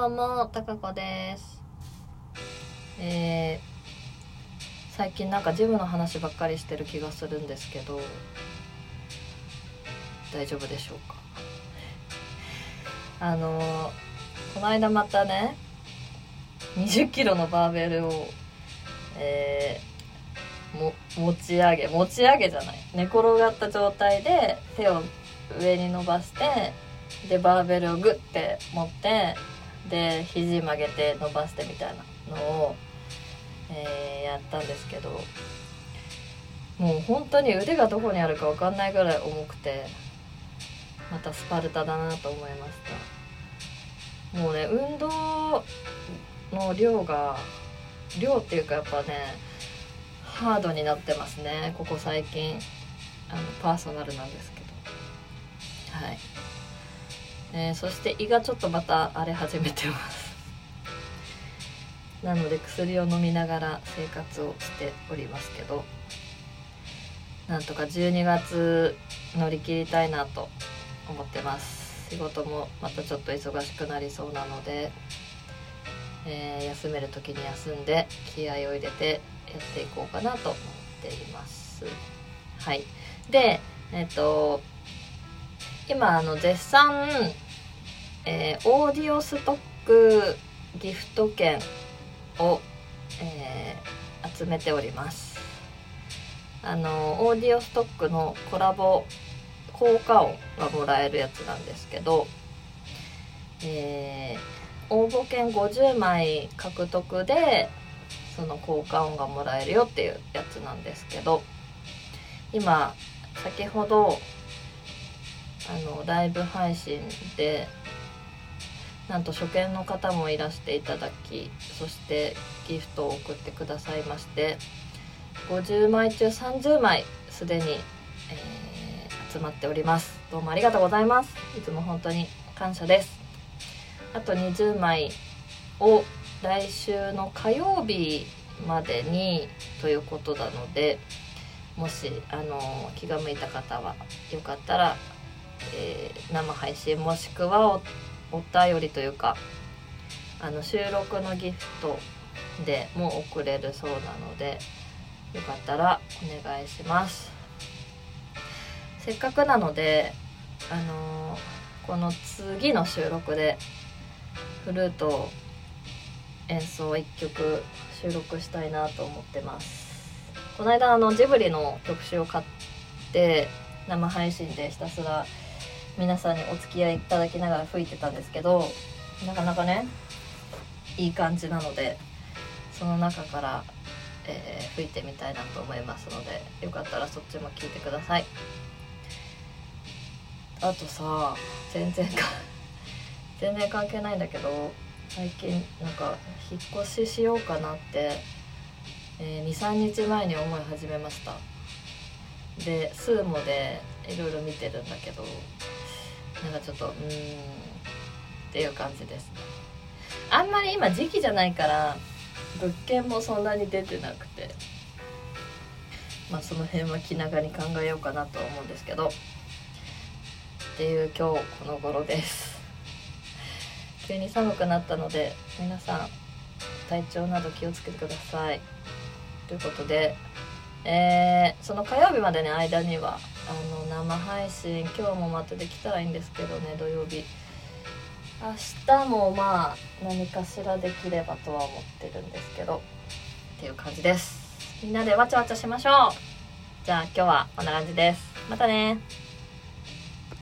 どうも、たかこです。最近なんかジムの話ばっかりしてる気がするんですけど、大丈夫でしょうか。この間またね、20キロのバーベルを、持ち上げじゃない、寝転がった状態で手を上に伸ばして、でバーベルをグッて持って、で肘曲げて伸ばしてみたいなのを、やったんですけど、もう本当に腕がどこにあるか分かんないぐらい重くて、またスパルタだなと思いました。もうね、運動の量っていうかやっぱね、ハードになってますね、ここ最近。パーソナルなんですけど、はい。そして胃がちょっとまた荒れ始めてますなので薬を飲みながら生活をしておりますけど、なんとか12月乗り切りたいなと思ってます。仕事もまたちょっと忙しくなりそうなので、休める時に休んで気合を入れてやっていこうかなと思っています。はい。で、今絶賛、オーディオストックギフト券を、集めております。オーディオストックのコラボ効果音がもらえるやつなんですけど、応募券50枚獲得でその効果音がもらえるよっていうやつなんですけど、今先ほどライブ配信でなんと初見の方もいらしていただき、そしてギフトを送ってくださいまして、50枚中30枚すでに、集まっております。どうもありがとうございます。いつも本当に感謝です。あと20枚を来週の火曜日までにということなので、もし気が向いた方はよかったら、生配信もしくはお便りというか収録のギフトでも送れるそうなので、よかったらお願いします。せっかくなのでこの次の収録でフルートを演奏1曲収録したいなと思ってます。この間ジブリの曲集を買って生配信でひたすら皆さんにお付き合いいただきながら吹いてたんですけど、なかなかねいい感じなので、その中から、吹いてみたいなと思いますので、よかったらそっちも聞いてください。あとさ、全然関係ないんだけど、最近なんか引っ越ししようかなって、2,3 日前に思い始めました。でスーモでいろいろ見てるんだけど、なんかちょっとっていう感じですね。あんまり今時期じゃないから物件もそんなに出てなくて、その辺は気長に考えようかなと思うんですけど、っていう今日この頃です。急に寒くなったので皆さん体調など気をつけてくださいということで、その火曜日までの間には生配信今日もまたできたらいいんですけどね、土曜日。明日も何かしらできればとは思ってるんですけど、っていう感じです。みんなでわちゃわちゃしましょう。じゃあ今日はこんな感じです。またね。